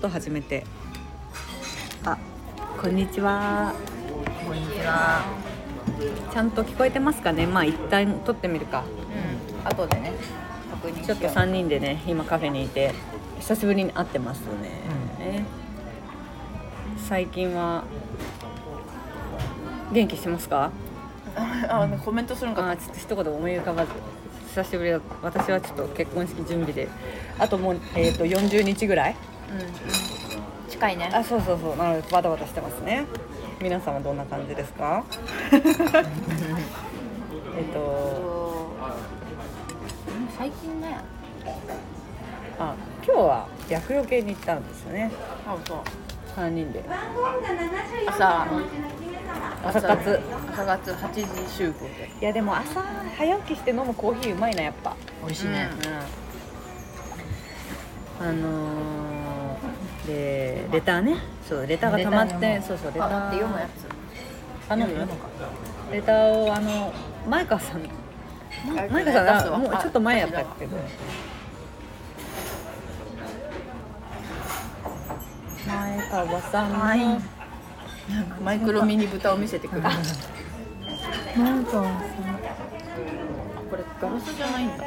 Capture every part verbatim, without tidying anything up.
と始めて。あ、こんにちは。 こんにちは。 ちゃんと聞こえてますかね。まあ一旦撮ってみるか。 うん。後でね確認しよう。 ちょっとさんにんでね今カフェにいて久しぶりに会ってますね、うん、最近は元気してますか？ ああコメントするのか。 あちょっと一言思い浮かばず久しぶりだ。私はちょっと結婚式準備であともう、えー、とよんじゅうにちぐらい、 うんうん、近いね。 あそうそうそうなのでバタバタしてますね。皆さんはどんな感じですか？えっと最近ねあ今日は厄除けに行ったんですよね。 あそうさんにんで朝朝活朝活はちじ集合で。 いやでも朝早起きして飲むコーヒーうまいなやっぱ。 美味しいね、 うんうん、あのー、でレターねそうレターが溜まってそうそうレターって読むやつあのレターをあの前川さん前川さんがもうちょっと前やったけど前川さんの、はい、 マイクロミニ豚を見せてくる。前川さんこれガラスじゃないんだ。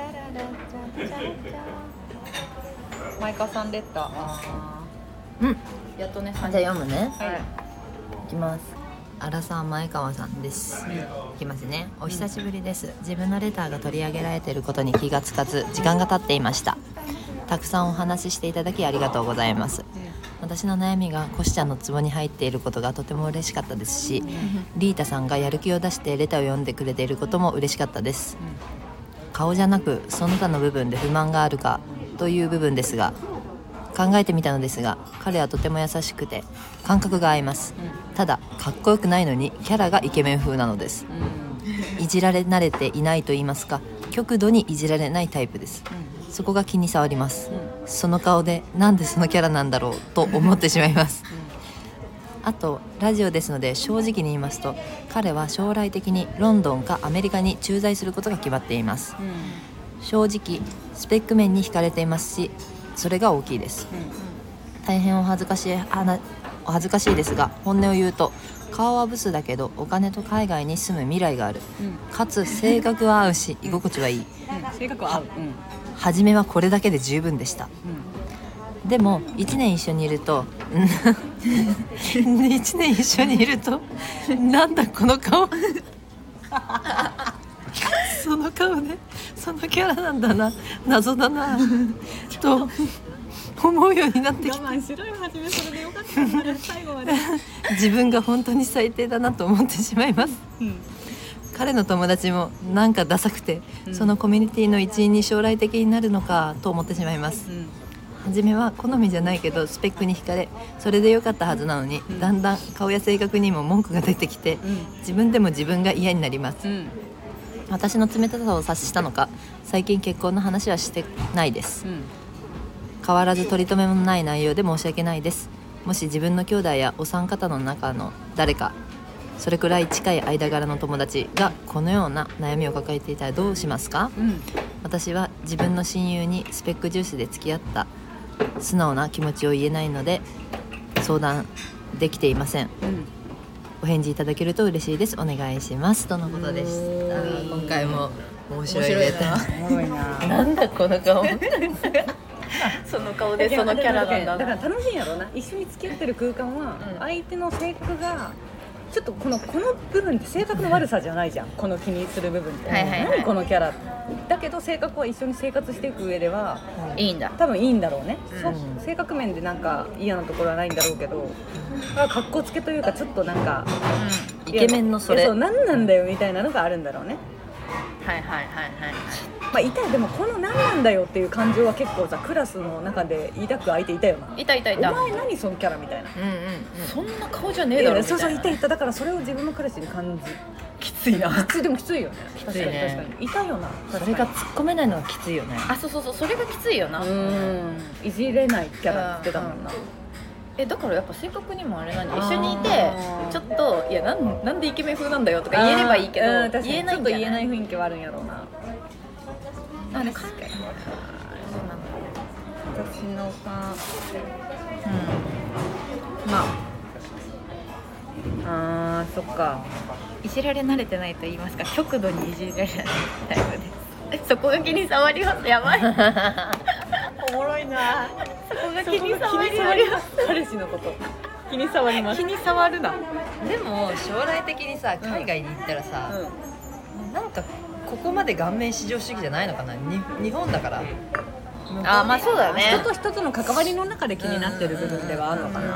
前川さんレターうんやっとね。 じゃあ読むね。 はい、 いきます。荒沢前川さんです、うん、いきますね。お久しぶりです。自分のレターが取り上げられていることに気がつかず時間が経っていました。たくさんお話ししていただきありがとうございます。私の悩みがコシちゃんのツボに入っていることがとても嬉しかったですし、リータさんがやる気を出してレターを読んでくれていることも嬉しかったです。顔じゃなくその他の部分で不満があるかという部分ですが考えてみたのですが、彼はとても優しくて感覚が合います。ただかっこよくないのにキャラがイケメン風なのです。いじられ慣れていないと言いますか、極度にいじられないタイプです。そこが気に障ります。その顔でなんでそのキャラなんだろうと思ってしまいます。あとラジオですので正直に言いますと、彼は将来的にロンドンかアメリカに駐在することが決まっています。正直スペック面に惹かれていますし、それが大きいです。大変お恥ずかしいお恥ずかしいですが、本音を言うと顔はブスだけどお金と海外に住む未来がある、うん、かつ性格は合うし居心地はいい、うん、 性格は合う、うん、 初めはこれだけで十分でした、うん、でもいちねん一緒にいるといちねん一緒にいるとなんだこの顔その顔ね、そのキャラなんだな、謎だなと思うようになってきて、 我慢しろよ、初めそれでよかったんだ最後まで自分が本当に最低だなと思ってしまいます、うん、彼の友達もなんかダサくて、うん、そのコミュニティの一員に将来的になるのかと思ってしまいます、うん、初めは好みじゃないけどスペックに惹かれそれでよかったはずなのに、うん、だんだん顔や性格にも文句が出てきて、うん、自分でも自分が嫌になります、うん、私の冷たさを察したのか最近結婚の話はしてないです、うん、変わらず取り留めもない内容で申し訳ないです。もし自分の兄弟やお三方の中の誰かそれくらい近い間柄の友達がこのような悩みを抱えていたらどうしますか、うん、私は自分の親友にスペック重視で付き合った素直な気持ちを言えないので相談できていません、うん、お返事いただけると嬉しいです。お願いしますとのことでした。今回も面白いレターなんだこの顔その顔でそのキャラなんだ。 だから楽しいんやろうな。一緒に付き合ってる空間は相手の性格がちょっとこのこの部分って性格の悪さじゃないじゃん。この気にする部分って、はいはいはい、何このキャラだけど性格は一緒に生活していく上では、 うん、いいんだ。 多分いいんだろうね、うん、そ性格面でなんか嫌なところはないんだろうけど、かっこつけというかちょっとなんか、 うん、イケメンのそれそう何なんだよみたいなのがあるんだろうね。 はいはいはいはいはい。 まあ、いたよ。でもこの何なんだよっていう感情は結構さクラスの中で抱く相手いたよな。 いたいたいた。 お前何そのキャラみたいな、うんうんうん、そんな顔じゃねえだろみたいな。 そうそういたいた。だからそれを自分の彼氏に感じきついな。 きつい。でもきついよね。 きついね。 確かにいたよな。 それが突っ込めないのがきついよね。 あそうそうそうそれがきついよな。 うんいじれないキャラって言ってたもんな。 えだからやっぱ性格にもあれ何一緒にいてちょっといやなん、なんでイケメン風なんだよとか言えればいいけど言えないんじゃない。ちょっと言えない雰囲気はあるんやろうな。 あ確かに。 そうなんだ。 私のか、 うん、 まああーそっか、 いじられ慣れてないと言いますか、極度にいじられないタイプです。そこが気に障ります。やばいおもろいな。 そこが気に障ります。 彼氏のこと気に障ります。 気に障るな。 でも将来的にさ海外に行ったらさ、うん、なんかここまで顔面至上主義じゃないのかな。に日本だからあ、まあそうだよね。 人と人との関わりの中で気になってる部分ではあるのかな。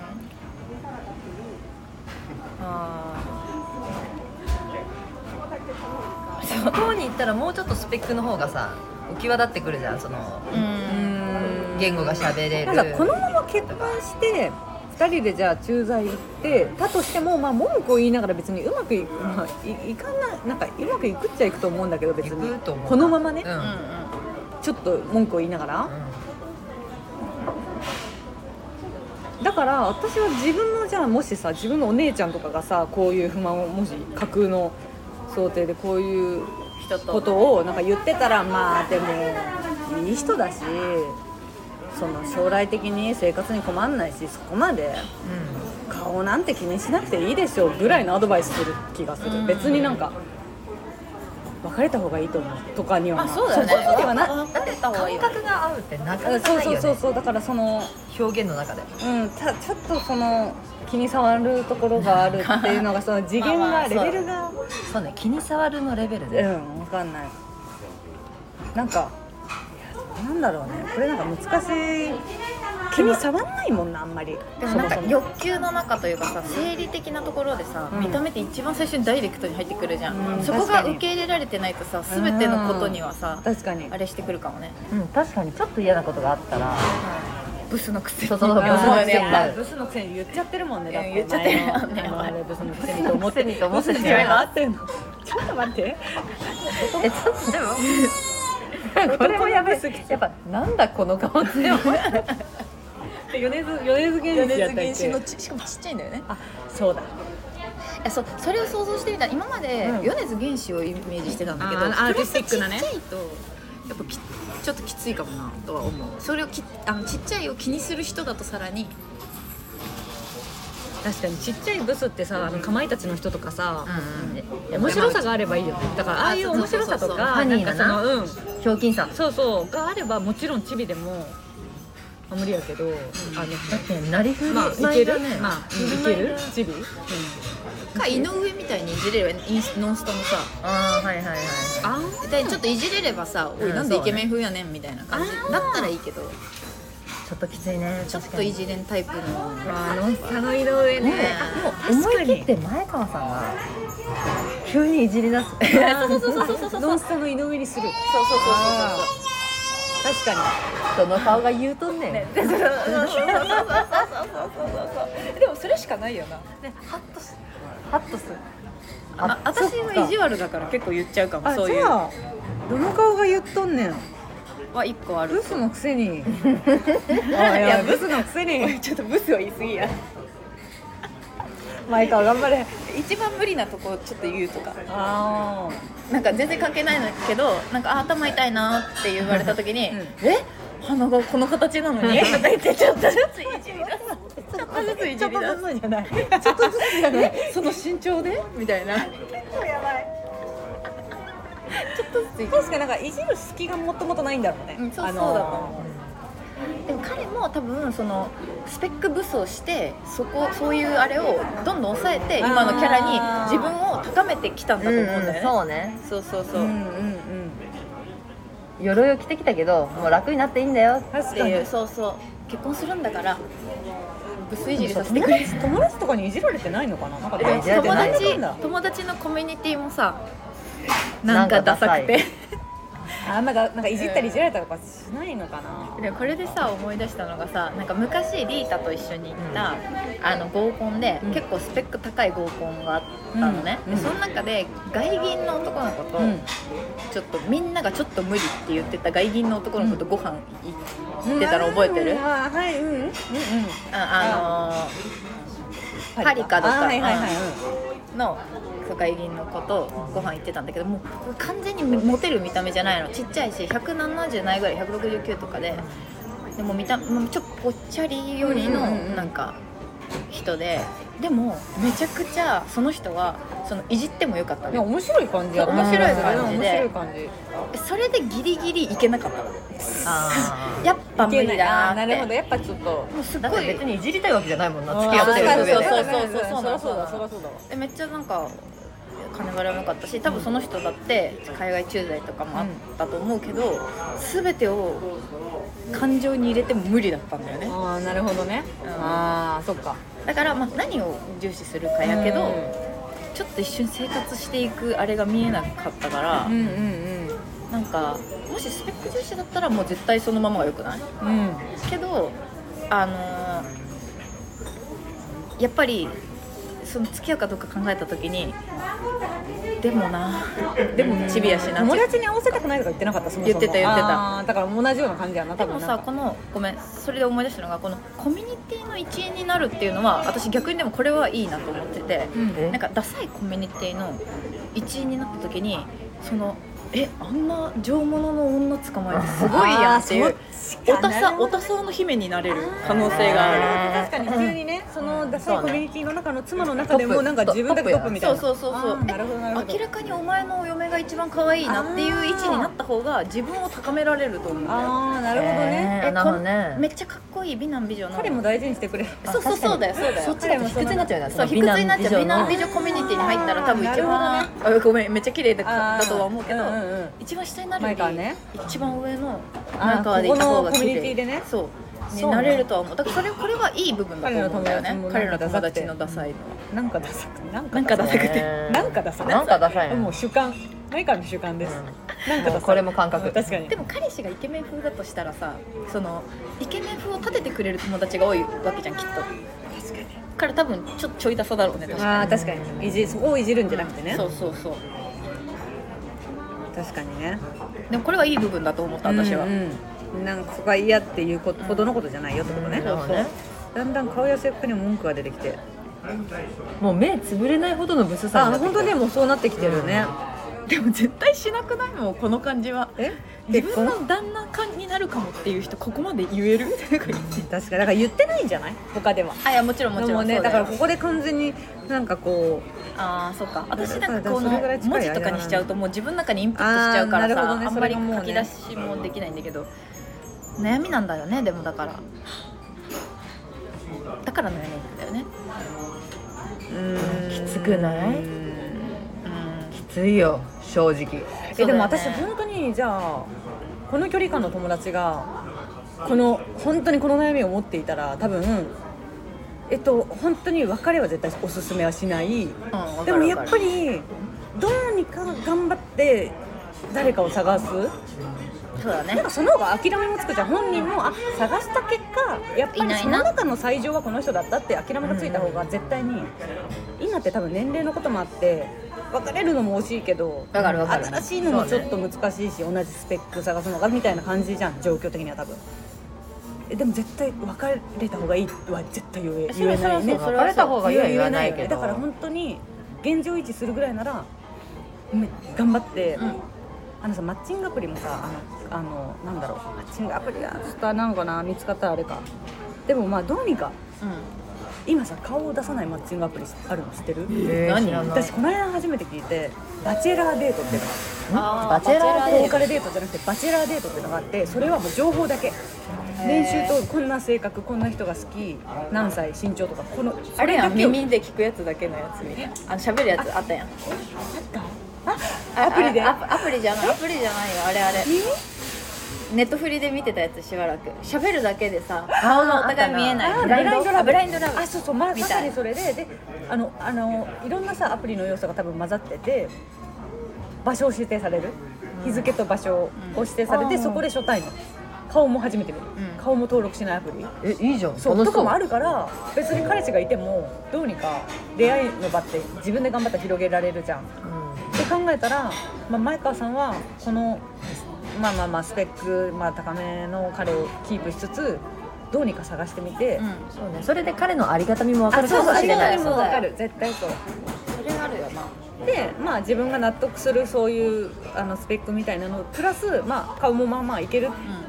向こうに行ったらもうちょっとスペックの方がさ際立ってくるじゃん。そのうん言語が喋れる。 ただこのまま結婚してふたりでじゃあ駐在行ってたとしても、まあ文句を言いながら別にうまくいく、まあ、い, いかないなんかうまくいくっちゃいくと思うんだけど、別にこのままね、うん、ちょっと文句を言いながら、うん、だから私は自分のじゃあもしさ自分のお姉ちゃんとかがさこういう不満をもし架空の想定でこういうことをなんか言ってたら、まあでもいい人だし、その将来的に生活に困んないし、そこまで顔なんて気にしなくていいでしょぐらいのアドバイスする気がする。別になんか別れた方がいいと思うとかには、 あ、そうだね。 そこではな別れた方がいいよね。感覚が合うってなかなかないよね。 そうそうそうそう。だからその表現の中で、 うん、たちょっとその気に障るところがあるっていうのがその次元がレベルがそうね、気に障るのレベルで、 うん、分かんない。なんかなんだろうね、これなんか難しい。気に障んないもんな、あんまり。 でもなんか欲求の中というかさ、生理的なところでさ、うん、見た目って一番最初にダイレクトに入ってくるじゃん、うん、そこが受け入れられてないとさ、全てのことにはさ、 確かにあれしてくるかもね。 うん、確かにちょっと嫌なことがあったら、 ブスのくせに、 そうそう、ブスのくせに、 ブスのくせに言っちゃってるもんね。だって言っちゃってるよね。 あれブスのくせにと思ってにと思ってる。が合ってんの。ちょっと待って。 え、ちょっとでもこれもやばい。やっぱなんだこの顔って思う。 米津米津玄師やったっけ。 米津玄師のちしかもちっちゃいんだよね。 あ、そうだ。いや、そそれを想像してみたら、今まで米津玄師をイメージしてたんだけど、 アーティスティックなね。 ちっちゃいとやっぱきちょっときついかもなとは思う。それをきあのちっちゃいを気にする人だとさらに。 確かにちっちゃいブスってさ、あのかまいたちの人とかさ、 うん、 面白さがあればいいよね。だからああいう面白さとか、 ハニーなな、うん、ひょうきんさん、 そうそうがあればもちろんチビでもあ無理やけど、うん、あのだってなりふり、 まあいけるね、まあいけるチビ、 うん、か井上みたいにいじれればインスノンスタのさ、 あーはいはいはい、 あーちょっといじれればさ、おいなんでイケメン風やねんみたいな感じだったらいいけど。 ちょっときついね。 ちょっといじれんタイプのあの下の井上ね、 もう思い切って前川さんが急にいじり出す。 そうそうそうそうそう、 ノンスタの井上にする。そうそうそうそうそう、 確かにどの顔が言うとんねん。ね、 そうそうそうそうそうそうそう。でもそれしかないよな。 ね、ハッとすハッとする。 あ、私は意地悪だから結構言っちゃうかも。そういう。 じゃあどの顔が言っとんねん。 は一個ある。 ブスのくせに。あ、いやブスのくせに。 ちょっとブスは言い過ぎや。 前川頑張れ。 一番無理なとこちょっと言うとか。 ああ。なんか全然関係ないんだけど、なんか頭痛いなって言われた時に、うん、え、鼻がこの形なのにとか言ってちょっとずついじり出す。ちょっとずついじり出す。ちょっとずつじゃない。ちょっとずつじゃない。その身長でみたいな。結構やばい。ちょっとずつ確かになんかいじる隙がもともとないんだろうね。 うん、そうそうだと思う。でも彼も多分そのスペックブスをしてそこそういうあれをどんどん抑えて今のキャラに自分を高めてきたんだと思うんだよね。 うんうん、そうね。 そうそうそう。うんうんうん。 鎧を着てきたけどもう楽になっていいんだよっていう。 そうそう。結婚するんだからブスいじりさせてくれ。 友達とかにいじられてないのかな。なんか友達友達のコミュニティもさ。なんかダサくてあんまだなんかいじったりいじられたとかしないのかな。 でこれでさ思い出したのがさ、なんか昔リータと一緒に行った、うん、あの合コンで、うん、結構スペック高い合コンがあったのね、うん、でその中で外銀の男の子と、うん、ちょっとみんながちょっと無理って言ってた外銀の男の子とご飯行ってたの覚えてる？ あ、はい、うんうんうん、 あのー、パリカとかの外銀の子とご飯行ってたんだけど、もう完全にモテる見た目じゃないの。ちっちゃいしひゃくななじゅうないぐらい、ひゃくろくじゅうきゅうとかででも見たもうちょっとぽっちゃりよりのなんか人で、でもめちゃくちゃその人はそのいじってもよかったの。 いや面白い感じやった。 面白い感じで、 面白い感じ。 それでギリギリいけなかったの。 あやっぱ無理だなって。 なるほど、やっぱちょっともうすっだってごい別にいじりたいわけじゃないもんな、 あー付き合ってる上で。 そうそうそうそうそりゃそうだ、そりゃそうだ。 でめっちゃなんか金柄も良かったし、多分その人だって海外駐在とかもあったと思うけど、全てを感情に入れても無理だったんだよね。 ああ、なるほどね。 うんああ、そっか。 だからまあ何を重視するかやけど、 うんちょっと一瞬生活していくあれが見えなかったから、 うんうんなんかもしスペック重視だったらもう絶対そのままが良くない？ うんうん。 けどあのーやっぱりその付き合うかどうか考えた時に、でもな、でもチビやしな、 友達に合わせたくないとか言ってなかった？そもそも言ってた言ってた。 あーだから同じような感じやな、 で多分なんか。 もさ、このごめんそれで思い出したのが、このコミュニティの一員になるっていうのは私逆にでもこれはいいなと思ってて、 うんなんかダサいコミュニティの一員になった時に、そのえあんな上物の女捕まえてすごいやんっていう、おたさおたさの姫になれる可能性がある。 あー確かに急にね、そのダサいコミュニティの中の妻の中でもなんか自分だけトップみたいな。 そうそうそうそうあーなるほどなるほど。 明らかにお前のお嫁が一番可愛いなっていう位置になった方が自分を高められると思うんだよ。 ああ、なるほどね。 えーなるほどね。 めっちゃかっこいい美男美女の彼も大事にしてくれる。 そうそうそうだよそうだよ。 そっちだと卑屈になっちゃうよね。 そう卑屈になっちゃう。美男美女女コミュニティに入ったら多分一番、 ああごめんめっちゃ綺麗だあーだとは思うけど、 うんうんうん一番下になるより前川ね一番上のあー前川で行った方が綺ここのコミュニティ麗でねそうにそうねなれるとは思う。だからそれこれはいい部分だと思うんだよね。彼彼のらの友達友達ものダサいのは。 なんかダサくて、なんなんかダサくてなんかダサい。 なんかダサいね。 もう主観。前からの主観です。なんかダサい。 もうこれも感覚。 確かに。 でも彼氏がイケメン風だとしたらさ、そのイケメン風を立ててくれる友達が多いわけじゃんきっと。確かに。彼多分ちょっとちょいダサだろうね確かに。 ああ、確かに。いじそこをいじるんじゃなくてね。 そうそうそう。 確かにね。 でもこれはいい部分だと思った私は。 うんうんなんかそこが嫌っていうことほどのことじゃないよってことね。 なるほどね。 だんだん顔や性格にも文句が出てきて。 もう目つぶれないほどのブスさあ、 になってきた本当にもうそうなってきてるね。 でも絶対しなくないもんこの感じは。 え？ 自結婚？ 分の旦那かになるかもっていう人ここまで言える？ 確かにだから言ってないんじゃない？他では。 あいやもちろんもちろんでもね、 そうだよだからここで完全になんかこう。 ああそうか。私なんかこのそれぐらい近い文字とかにしちゃうともう自分の中にインプットしちゃうからさ、 あーなるほどねあんまりそれがもうね書き出しもできないんだけど、悩みなんだよね。でもだからだから悩みなんだよね。 うーんきつくないうんうんきついよ正直。 えでも私そうだよね本当にじゃあこの距離感の友達がこの本当にこの悩みを持っていたら多分えっと本当に別れは絶対おすすめはしない。 うんわかるでもやっわかるぱりどうにか頑張って誰かを探す。 そうだねなんかその方が諦めもつくじゃん。本人もあ探した結果やっぱりいないなその中の最上はこの人だったって諦めがついた方が絶対に、今って多分年齢のこともあって別れるのも惜しいけどわかるわかる新しいのもちょっと難しいし、同じスペック探すのがみたいな感じじゃん状況的には多分。えでも絶対別れた方がいいは絶対言え言えないね。 それはそう別れた方がいいは言わないけど。 だから本当に現状維持するぐらいならめ頑張って、 うんあのさマッチングアプリもさあのあのなんだろうマッチングアプリがちょっとなのかな見つかったらあれか。でもまあどうにか今さ顔を出さないマッチングアプリあるの知ってる？ えー何知らない私この間初めて聞いてバチェラーデートっていうのがあーバチェラーデートボーカルデートじゃなくてバチェラーデートっていうのがあって、それはもう情報だけ練習とこんな性格こんな人が好き何歳身長とかこのあれやんそだけを耳で聞くやつだけのやつみたいなあの喋るやつあったやん。 ああアプリであアアプリじゃないアプリじゃないよあれあれネットフリで見てたやつしばらく喋るだけでさ顔がお互い見えないあーブラインドラブブラインドラブあそうそうままみたいさにそれでであのあのいろんなさアプリの要素が多分混ざってて場所を指定される日付と場所を指定されて、 うんそこで初対面顔も初めて見る、 うん顔も登録しないアプリえいいじゃん。 そう楽しとかもあるから別に彼氏がいてもどうにか出会いの場って自分で頑張ったら広げられるじゃんって考えたら、まあ、前川さんはこのまあまあまあスペック、まあ、高めの彼をキープしつつどうにか探してみて、 うんそうね。それで彼のありがたみも分かあるかそうそうありがもしれない。 たいも分かる絶対そうそれあるよなでまあ自分が納得するそういうあのスペックみたいなのプラス、まあ、顔もまあまあいける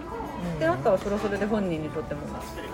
ってなったらそれはそれで本人にとっても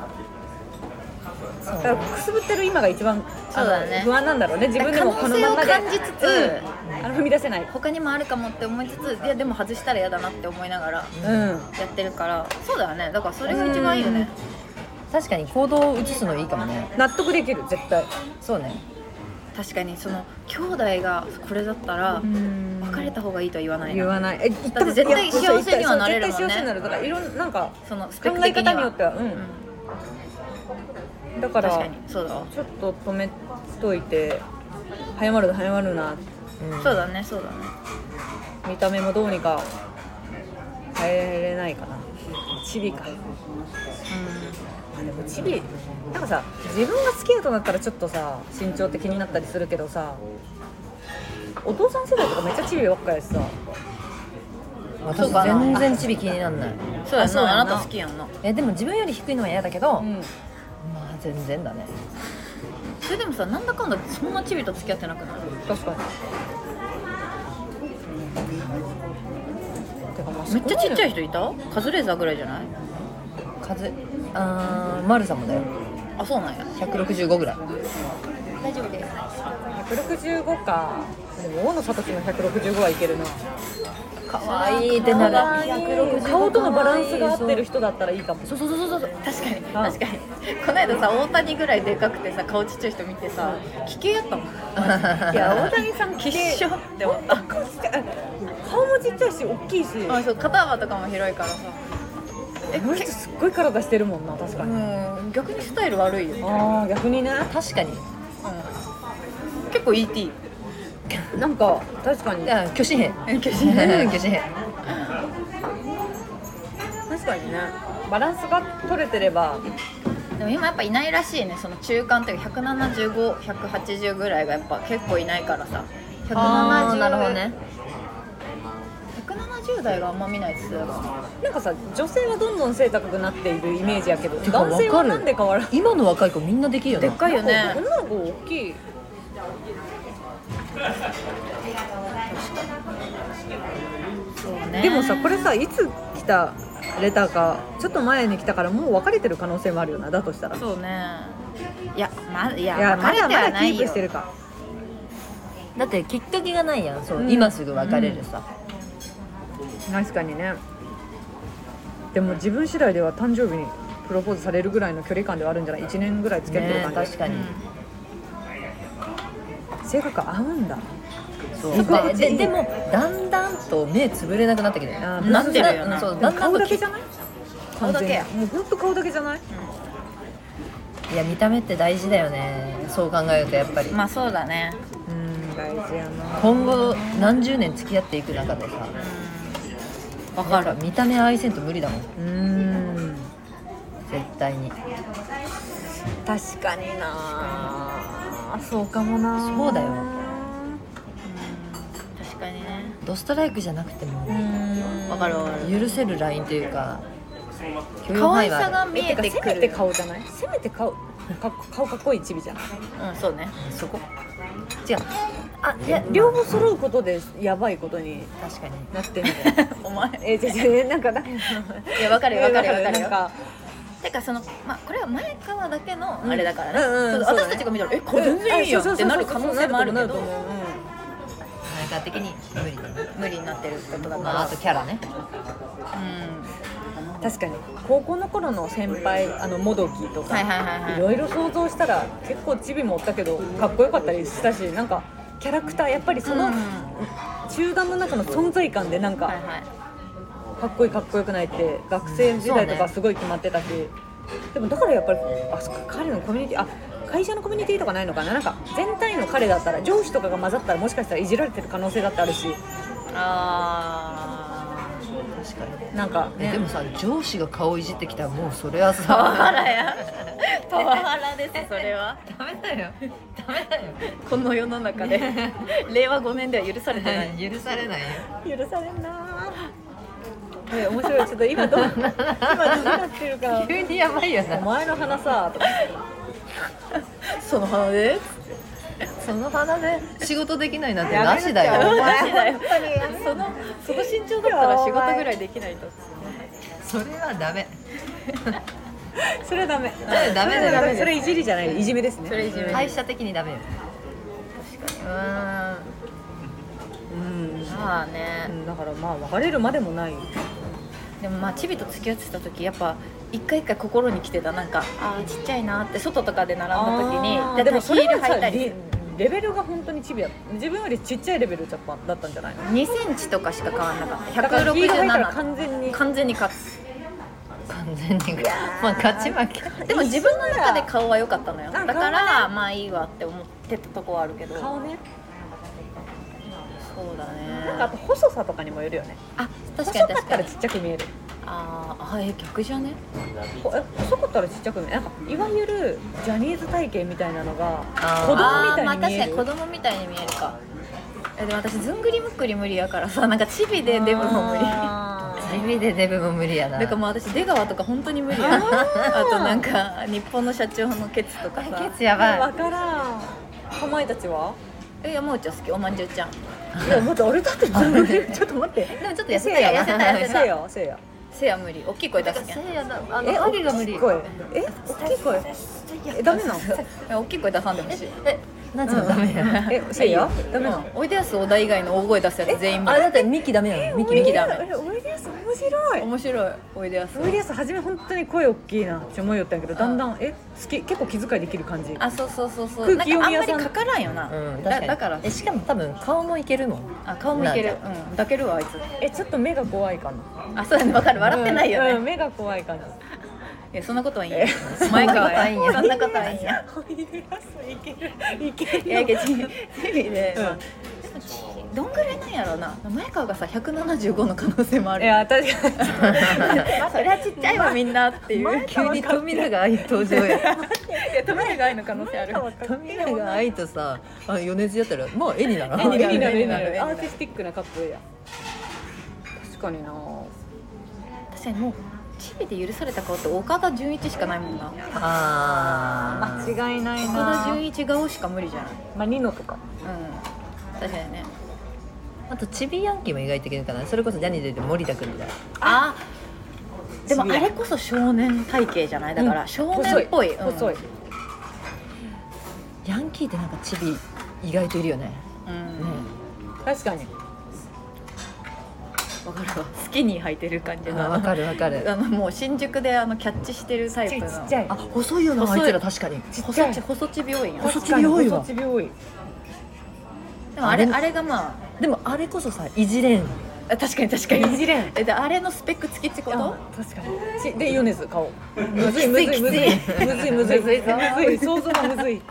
だからくすぶってる今が一番そうだね不安なんだろうね。自分でもこのままで可能性を感じつつ、 うん、あの踏み出せない。 他にもあるかもって思いつつ、いやでも外したら嫌だなって思いながらうん、 やってるから、そうだよね。だからそれが一番いいよね。 確かに行動を移すのいいかもね。 納得できる絶対。 そうね。 確かにその兄弟がこれだったら別れた方がいいとは言わないな。 言わない。え、 だって絶対幸せにはなれるもんね。 絶対幸せになる。だからいろんなんかそのス考ペック的にはえ方によっては、うん。うんだから確かにそうだわ。 ちょっと止めといて早まるな早まるな、 うん、 そうだねそうだね。 見た目もどうにか変えれないかな。チビか。うん。あでもチビなんかさ自分が好きだとなったらちょっとさ身長って気になったりするけどさ、お父さん世代とかめっちゃチビばっかりやしさ。 私全然チビ気になんない。 そうやな。 あそうやなあなた好きやんな。 えでも自分より低いのは嫌だけど、 うん、 まあ全然だね。 それでもさ、なんだかんだそんなチビと付き合ってなくない？ 確かに。てかまあめっちゃちっちゃいい人いた？カズレーザーぐらいじゃない？ 風あーマルさんもだよ。 あ、そうなんや。 ひゃくろくじゅうごぐらい。 大丈夫です。 ひゃくろくじゅうごか。でも大野聡のひゃくろくじゅうごはいけるな。 可愛いってなる。 顔とのバランスが合ってる人だったらいいかも。 そうそうそうそうそう。確かに確かに。この間さ、大谷ぐらいでかくてさ、顔ちっちゃい人見てさ、奇形やったもん。 いや大谷さんきっしょって思った。 顔もちっちゃいし大きいし、 あ、そう、肩幅とかも広いからさ。 えこの人すっごい体してるもんな。確かに。 うん、逆にスタイル悪いよ。 ああ逆にね。 確かに。 うん、結構 イーティー。 なんか確かに。 いや巨神兵。 巨神兵。巨神兵。 確かにね。バランスが取れてれば。 でも今やっぱいないらしいね。その中間っていうかひゃくななじゅうご、ひゃくはちじゅうぐらいがやっぱ結構いないからさ。ひゃくななじゅうなるほどね。 ひゃくななじゅう代があんま見ないっつってたから。 なんかさ女性はどんどん背高くなっているイメージやけど、 てか男性はなんで変わらない？ 今の若い子みんなできるよね。 でっかいよね。 女の子大きい。 そうね。 でもさこれさいつ来たレターかちょっと前に来たからもう別れてる可能性もあるよな。だとしたらそうね。いやまいやいやまだ別れてはまだキープないよ。 してるか。 だってきっかけがないやん。そう、 うん、 今すぐ別れるさ、 確かにね。でも自分次第では誕生日にプロポーズされるぐらいの距離感ではあるんじゃない？いちねんぐらい付き合ってるね、 感じ。 確かに、 うん、性格合うんだ。 そうすごいで, で, でもだんだんと目つぶれなくなってきて、 あなってるよな。 そうだんだん顔だんだんとだけじゃない？ 顔だけや。 もう本当顔だけじゃない？ いや見た目って大事だよね。そう考えるとやっぱり、 まあそうだね。 うん大事やな。 今後何十年付き合っていく中でさ、 わかる。 見た目愛せんと無理だもんうん絶対に。 確かにな。そうかもな。 そうだよ。 確かにね。 ドストライクじゃなくてもうんわかるわかる。 許せるラインというか可愛さが見えてくせめてる。 顔じゃない？せめて顔か顔かっこいいチビじゃない？ うんそうね。 そこ違う。 あいや両方揃うことでやばいことに確かになってんのかお前。 えじゃじゃなんかだいやわかるよわかるよわかるよ。 なんかてかそのまあこれは前川だけのあれだからね。 うんうんうんそう私たちが見たらえこれ全然いいやんってなる可能性もあるけど、 内科的に無理だね。 無理になってることだかまあ、 ら。 あとキャラね。 うん。 確かに高校の頃の先輩あのモドキとか、 はいはいはいはいいろいろ想像したら結構チビもおったけどかっこよかったりしたし、なんかキャラクターやっぱりそのうん集団の中の存在感でなんかはいはい。 かっこいいかっこよくないって学生時代とかすごい決まってたし、でもだからやっぱりあそっか彼のコミュニティあ会社のコミュニティとかないのかな。なんか全体の彼だったら上司とかが混ざったらもしかしたらいじられてる可能性だってあるし、 あ確かに。 なんかねえでもさ上司が顔いじってきたらもうそれはー。パワハさラや。パワハラですそれは。 ダメだよダメだよこの世の中で令和ごねんでは許されてない。 許されないよ。 許されんな。え面白い。ちょっと今どう今どうなってるか。 急にやばいよおな。 前の鼻さとか。 その鼻で。 その鼻で仕事できないなんてなしだよ。 やめなきゃお前マジだよ。そのその身長だったら仕事ぐらいできないと。 それはダメそれはダメそれダメだよそれそれいじりじゃないいじめですね。 それいじめ会社的にダメよ。 確かにうんうんまあね、 うんだからまあ別れるまでもない。 でもまあチビと付き合ってた時やっぱ一回一回心に来てたなんかあーちっちゃいなって外とかで並んだ時にあーででもそれはヒール履いたりレレベルが本当にチビや自分よりちっちゃいレベルだったんじゃないの？ にセンチとかしか変わんなかっただからヒール履いたらひゃくろくじゅうなな完全に完全に勝つ。 完全にまあ勝ち負けでも自分の中で顔は良かったのよ。だなんかからまあいいわって思ってたとこはあるけど。 顔ね。 そうだね。 なんかあと細さとかにもよるよね。 あ確か細に確かに。 かったらちっちゃく見える。 あーあえ逆じゃね。 ほえ細かったらちっちゃく見える。なんかいわゆるジャニーズ体型みたいなのがあー子供みあーまあ確たいに見える。 かに子供みたいに見えるか。えでも私ずんぐりむっくり無理やからさなんかチビでデブも無理。 あーチビでデブも無理やな。 だからもう私出川とか本当に無理や。あとなんか日本の社長のケツとかさ。 ケツやばい。 わからん。かまいたちは？ え山内は好きおまんじゅうちゃん。 いや待ってあれだってちょっと待ってちょっと待って。 でもちょっと痩せたよな。 痩せた痩せたせいやせいや。 せや無理大きい声出すけん。 せいやなあえのハゲが無理。 大きい声え大きい声えダメなの？ え大きい声出さんでほしい。 えなんつうのダメや。 えせいやダメなの？ おいでやす小田以外の大声出すやつ全員無理。 あれだってミキダメなの。ミキミキダメえおいでやす面白い。 面白いおいでやす。 おいでやす初め本当に声大きいなって思いよったんやけどだんだんえ好き結構気遣いできる感じ。 あそうそうそうそう。 空気なんかあんま読み屋さんりかからんよな。 うんだだからえしかも多分顔もいけるもん。 あ顔もいける。 なうん抱けるわあいつ。 えちょっと目が怖いかな。 あそうだねわかる笑ってないよね。 うんうん目が怖い感じ。 いやそんなことはいいんや。前川や。そんなことはいいんや。 おいでやすいけるいける。 いやけどチビで、 うんまあでもチどんぐらいなんやろうな。前川がさひゃくななじゅうごの可能性もある。 いや確かに。 それはちっちゃいわみんなっていう。 急に富永愛登場や。 いや富永愛の可能性ある。 富永愛とさあ米津やったらまあ絵にならん。 絵になる絵になる絵にな絵になるるアーティスティックなカップルや。確かにな。 確かにもうチビで許された顔って岡田准一しかないもんな。 ああ間違いない岡田な。 准一顔しか無理じゃない。 まあニノとか。 うん確かにね。 あとチビヤンキーも意外といけるかな。それこそジャニーズで森田君みたいな。 あでもチビあれこそ少年体型じゃないだから、 うん少年っぽい。うん細い。 ヤンキーってなんかチビ意外といるよね。 うんね確かに。 わかるわ。スキニー履いてる感じの。 あわかるわかる。 あのもう新宿であのキャッチしてるタイプの。 ちっちゃい。 あ細いよな細いあいつら確かに。 細ち細ちび多いんや。 細ちび多いわ細ちび多い。 でもあれあれあれがまでもあれこそさいじれん。 あ確かに確かにいじれん。 えであれのスペック付きってこと？ あ確かに。しで米津顔。むずいむずいきついむずいきついむずいむずいむずいぞむずい想像がむずい。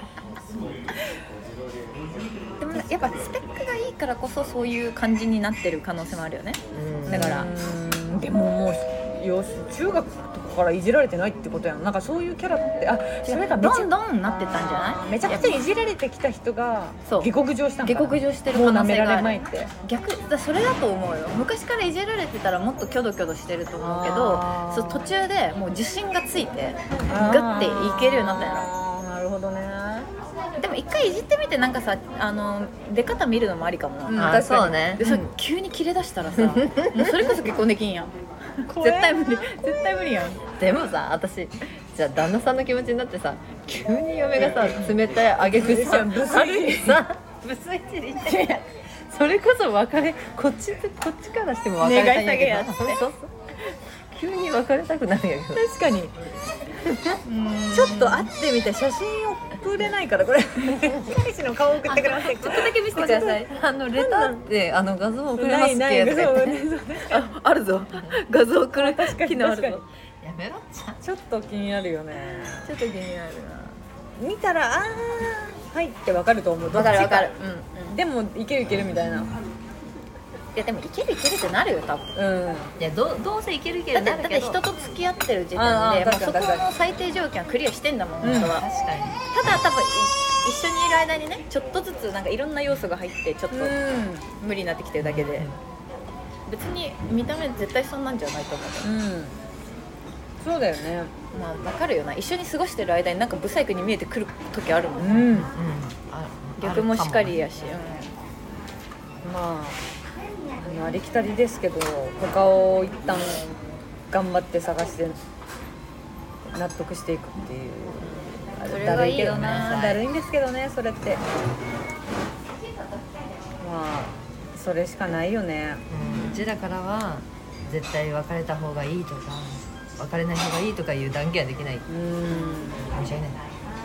でもやっぱスペックがいいからこそそういう感じになってる可能性もあるよね。 うんだからうーんでももうよし中学とかからいじられてないってことやん。なんかそういうキャラってあそれがめちゃどんどんなってったんじゃない？ めちゃくちゃいじられてきた人がそう下克上したんか下な。 克上してるもう舐可能性があめられまいっる。 て。 逆だそれだと思うよ。昔からいじられてたらもっとキョドキョドしてると思うけどあーそう途中でもう自信がついてガッていけるようになったんやろ。 あーなるほどね。 でも一回いじってみてなんかさあの出方見るのもありかもな。 うんあ確かにそうねでさ、急に切れ出したらさもうそれこそ結婚できんやん。 怖い絶対無理絶対無理やん。 でもさ私じゃあ旦那さんの気持ちになってさ急に嫁がさ冷たいあげくさブスいじり春にさブスいじりしてそれこそ別れこっちこっちからしても別れたいんやけど願い下げやってそうそうそう急に別れたくなるんやけど確かにちょっと会ってみて写真送れないからこれ彼氏の顔送ってください。ちょっとだけ見せてください。 あのレターってあの画像送れますっないないけとか言ってそうああるぞ画像送る確かに機能あるぞ。 確かやめろちゃんちょっと気になるよね。 ちょっと気になる見たらあーはいってわかると思う。 な。わかるわかるどっ。 うんうん。 ちかでもいけるいけるみたいな。 いやでもいけるいけるってなるよ多分。 うん。 いやどどうせいけるけだってだってどなるけど人と付き合ってる時点であーもうそこ確かに確かの最低条件はクリアしてんだもんうん本当は。 確かにただ多分い一緒にいる間にねちょっとずつなんかいろんな要素が入ってちょっと無理になってきてるだけで別に見た目絶対そんなんじゃないと思う。 うん。うん。そうだよね。 まあわかるよな。一緒に過ごしてる間になんかブサイクに見えてくる時あるもん。 うん。 うんあ逆もしかりややし。 まああのありきたりですけど他を一旦頑張って探して納得していくっていう。 それがいいよね。 だるいんですけどね、それってまあそれしかないよね。 うん、うちらからは絶対別れた方がいいとか別れない方がいいとかいう断言はできない。うん、申し訳ない。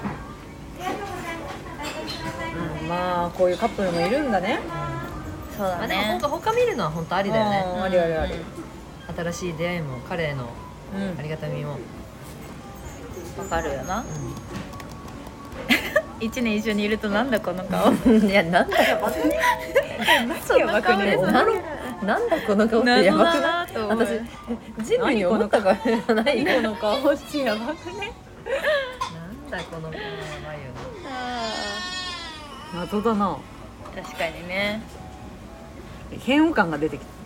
うん、まあこういうカップルもいるんだね。 うん、そうだね。 まあ、でも他見るのは本当ありだよね。 ありありあり。 新しい出会いも彼へのありがたみもわかるよな。 うん一年一緒にいるとなんだこの顔。 いやなんだかそんな顔です。 なんだこの顔ってやばくない？私人類に思ったからないこの顔してやばくね。 なんだこの顔やばいよね。 謎だな。 確かにね。 嫌悪感が出てきた。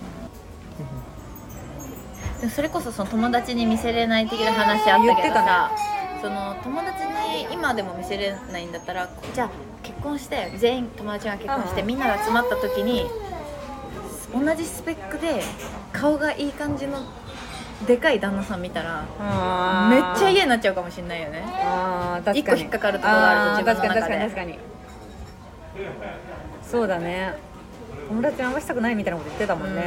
でもそれこそその友達に見せれない的な話あったけどさ、その友達に今でも見せれないんだったら、じゃあ結婚して全員友達が結婚してみんなが集まった時に同じスペックで顔がいい感じのでかい旦那さん見たらめっちゃ嫌になっちゃうかもしれないよね。 あ、確かに一個引っかかるところがあると自分の中で。 確かに確かに確かにそうだね。友達に合わせたくないみたいなこと言ってたもんね。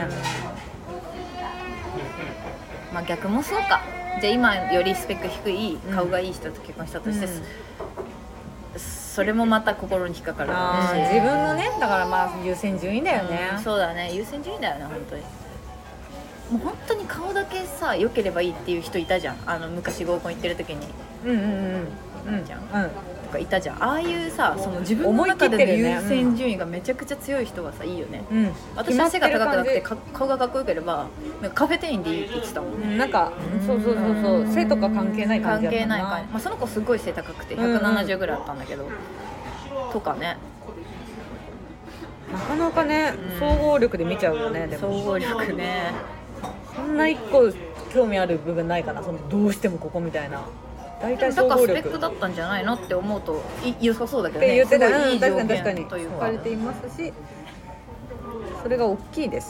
まあ逆もそうか。じゃあ今よりスペック低い顔がいい人と結婚したとして、うん、それもまた心に引っかかるし、 あ自分のね、だからまあ優先順位だよね、 うん、そうだね、優先順位だよね。本当にもう本当に顔だけさ良ければいいっていう人いたじゃん。あの昔合コン行ってる時にうんうんうんうんじゃん、 うんとかいたじゃん。ああいうさ、その自分の中での優先順位がめちゃくちゃ強い人はさ、いいよね、うん、私は背が高くなくてか顔がかっこよければなんかカフェ店員でいいって言ってたもん、うん、 なんかそうそうそうそう、背とか関係ない感じだったな。関係ない感じ、 まあ、その子すごい背高くてひゃくななじゅうぐらいあったんだけど、うんうん、とかね、 なかなかね、うん、総合力で見ちゃうよね。でも総合力ね、 そんな一個興味ある部分ないかな、そのどうしてもここみたいな。大体総合力だからスペックだったんじゃないのって思うとい良さそうだけどね。 って言ってたら、 いい確かに確かにというか言われていますし、それが大きいです。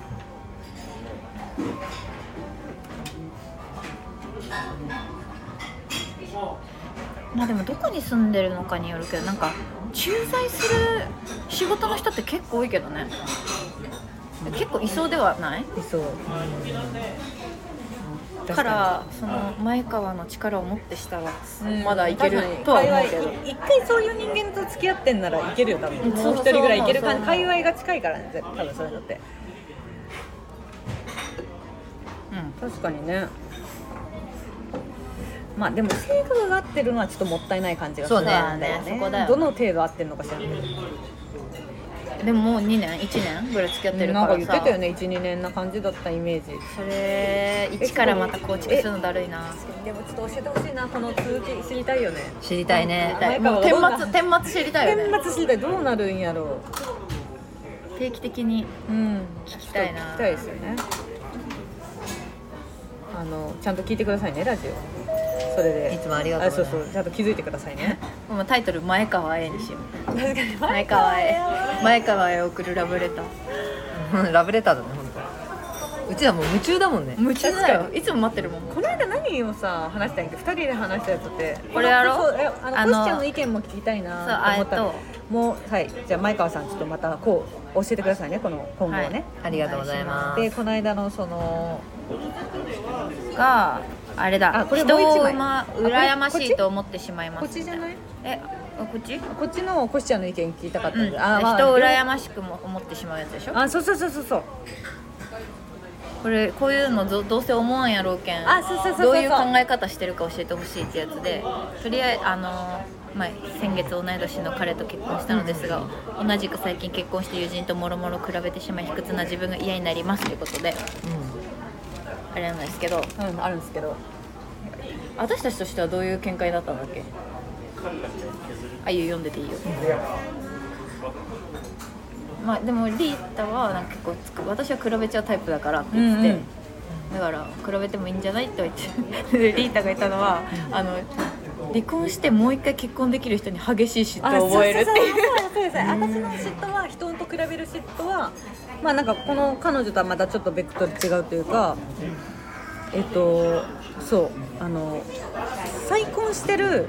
まあでもどこに住んでるのかによるけど、なんか駐在する仕事の人って結構多いけどね。結構いそうではない？ いそう、 だからその前川の力をもってしたらまだいけるとは思うけど、 一回そういう人間と付き合ってんならいけるよ多分。もう一人ぐらいいける感じ。界隈が近いからね、多分そういうのって。うん、確かにね。まあでも性格が合ってるのはちょっともったいない感じがするんだよね。 そうだよね、そこだよね。 どの程度合ってるのか知らないけど。 でももうにねんいちねんぐらい付き合ってるからさ、 なんか言ってたよね、いちにねんな感じだったイメージ。 それ一からまた構築するのだるいな。 でもちょっと教えてほしいな、この続き知りたいよね。 知りたいね。 もう顛末顛末知りたいよね。 顛末知りたい。どうなるんやろう。定期的に聞きたいな。 聞きたいですよね。あのちゃんと聞いてくださいね、ラジオ。それでいつもありがとうございます。 あ、そうそう、ちゃんと気づいてくださいね。 もうタイトル前川Aにしよう。 確かに前川 A、前川へ送るラブレター。ラブレターだね、本当。うちはもう夢中だもんね。 夢中だよ。いつも待ってるもん。 この間何をさ話したんやっけ、ふたりで話したやつって。 これやろう。 あのコシちゃんの意見も聞きたいなと思ったら。もうはい、じゃあ前川さんちょっとまたこう教えてくださいね、この今後ね、はい、 ありがとうございます。 でこの間のそのがあれだ、 あこれもう一枚、 人をま羨ましいと思ってしまいます。 こっちじゃない？ え、こっち？ こっちのコシちゃんの意見聞きたかったんで、 うん、あ、まあ、人を羨ましくも思ってしまうやつでしょ。 あ、そうそうそうそうそう。 これこういうの ど, どうせ思わんやろうけん。 あ、そうそうそうそう。 どういう考え方してるか教えてほしいってやつで、とりあえずあの。まあ、先月同い年の彼と結婚したのですが、同じく最近結婚して友人ともろもろ比べてしまい卑屈な自分が嫌になりますということで、うん、あれなんですけど、 うん、あるんですけど、 私たちとしてはどういう見解だったんだっけ。あゆ読んでていいよ、うん、まあでもリータはなんか結構私は比べちゃうタイプだからって言ってて、うんうん、だから比べてもいいんじゃないって言ってでリータが言ったのは、あの離婚してもう一回結婚できる人に激しい嫉妬を覚えるっていう。 そうです。私の嫉妬は人と比べる嫉妬はまあなんかこの彼女とはまたちょっとベクトル違うというか、 えっとそうあの再婚してる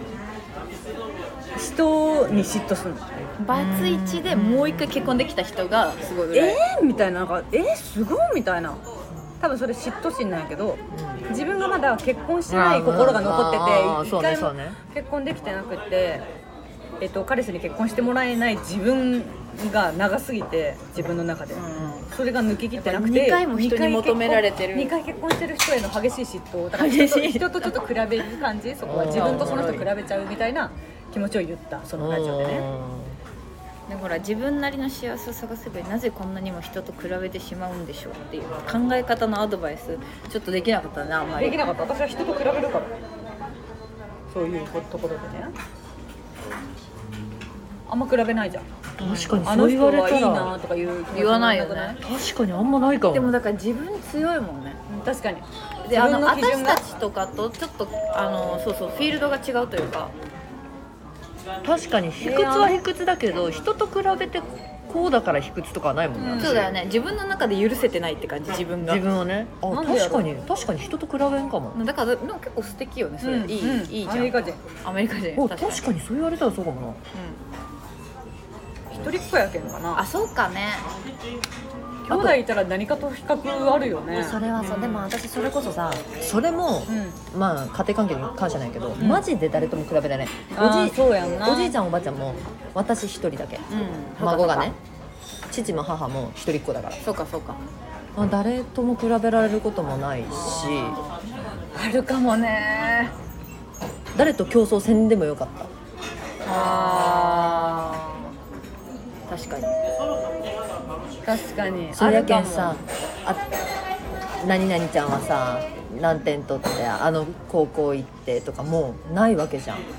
人に嫉妬するの。 バツイチでもう一回結婚できた人がすごいえーみたいな、なんかえー、すごいみたいな。多分それ嫉妬心なんやけど、自分がまだ結婚してない心が残ってて、一回も結婚できてなくて、えっと、彼氏に結婚してもらえない自分が長すぎて、自分の中で、うん、それが抜ききってなくて、 にかいも人に求められてる、 にかい結婚してる人への激しい嫉妬だから人と、人とちょっと比べる感じ、そこは自分とその人比べちゃうみたいな気持ちを言った、そのラジオでね。 だから自分なりの幸せを探せばなぜこんなにも人と比べてしまうんでしょうっていう考え方のアドバイスちょっとできなかったね。あんまりできなかった。私は人と比べるから、そういうところでね、あんま比べないじゃん。 確かにそう言われたら、 あの人はいいなとか言う言わないよね。 確かにあんまないかも。 でもだから自分強いもんね。 確かに。 で、あの私たちとかとちょっとあのそうそうフィールドが違うというか。 確かに卑屈は卑屈だけど、人と比べてこうだから卑屈とかはないもんね、 うん、そうだよね。自分の中で許せてないって感じ、自分が自分をね。あ、確かに確かに人と比べんかも。 だからでも結構素敵よね、それ、うん、いい、うん、いいじゃん。アメリカ人アメリカ人確かに、確かにそう言われたらそうかもな。 うん、一人っ子やけんかな。 あ、そうかね。 兄弟いたら何かと比較あるよね。 それはそう、うん、でも私それこそさ、それも、うん、まあ家庭関係に感謝ないけど、うん、マジで誰とも比べられない。おじ、そうやんな。おじいちゃんおばあちゃんも私一人だけ、うん、孫がね、父も母も一人っ子だから。 そうかそうか。 まあ、誰とも比べられることもないし、 あるかもね。 誰と競争せんでもよかった。 あー、確かに確かに。 それやけんさ、あ、何々ちゃんはさ何点取ってあの高校行ってとかもうないわけじゃん、うん、